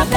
правда».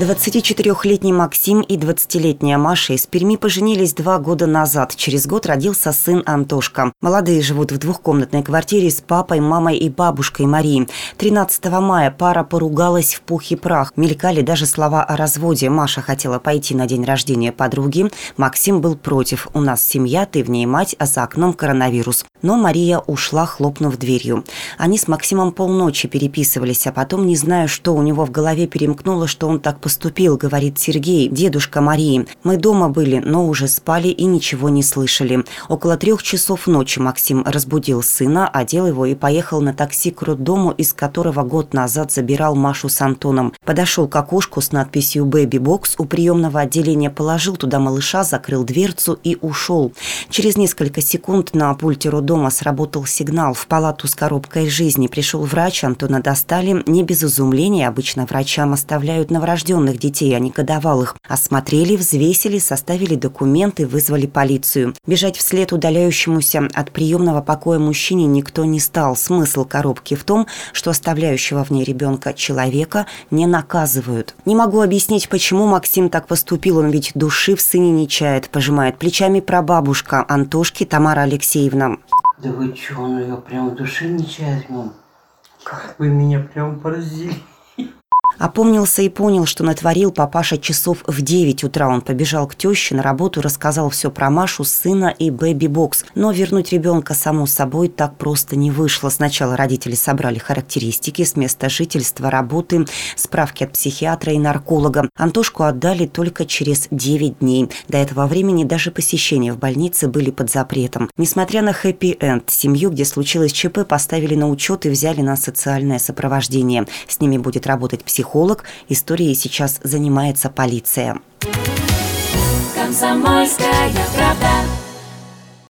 24-летний Максим и 20-летняя Маша из Перми поженились 2 года назад. Через год родился сын Антошка. Молодые живут в двухкомнатной квартире с папой, мамой и бабушкой Марией. 13 мая пара поругалась в пух и прах. Мелькали даже слова о разводе. Маша хотела пойти на день рождения подруги. Максим был против. «У нас семья, ты в ней мать, а за окном коронавирус». Но Мария ушла, хлопнув дверью. Они с Максимом полночи переписывались, а потом, не знаю, что у него в голове перемкнуло, что он так поступил, говорит Сергей, дедушка Марии. «Мы дома были, но уже спали и ничего не слышали. Около 3 часов ночи Максим разбудил сына, одел его и поехал на такси к роддому, из которого год назад забирал Машу с Антоном. Подошел к окошку с надписью «Baby Box» у приемного отделения, положил туда малыша, закрыл дверцу и ушел. Через несколько секунд на пульте роддома сработал сигнал. В палату с коробкой жизни пришел врач, Антона достали. Не без изумления, обычно врачам оставляют новорожденных детей, а не годовалых. Осмотрели, взвесили, составили документы, вызвали полицию. Бежать вслед удаляющемуся от приемного покоя мужчине никто не стал. Смысл коробки в том, что оставляющего в ней ребенка человека не наказывают. Не могу объяснить, почему Максим так поступил, он ведь души в сыне не чает, пожимает плечами прабабушка Антошки Тамара Алексеевна. Да вы чё, он ее прям в душе не чает в нем? Как вы меня прям поразили. Опомнился и понял, что натворил папаша часов в 9 утра. Он побежал к теще на работу, рассказал все про Машу, сына и бэби-бокс. Но вернуть ребенка, само собой, так просто не вышло. Сначала родители собрали характеристики с места жительства, работы, справки от психиатра и нарколога. Антошку отдали только через 9 дней. До этого времени даже посещения в больнице были под запретом. Несмотря на хэппи-энд, семью, где случилось ЧП, поставили на учет и взяли на социальное сопровождение. С ними будет работать психолог. Историей сейчас занимается полиция. Комсомольская правда.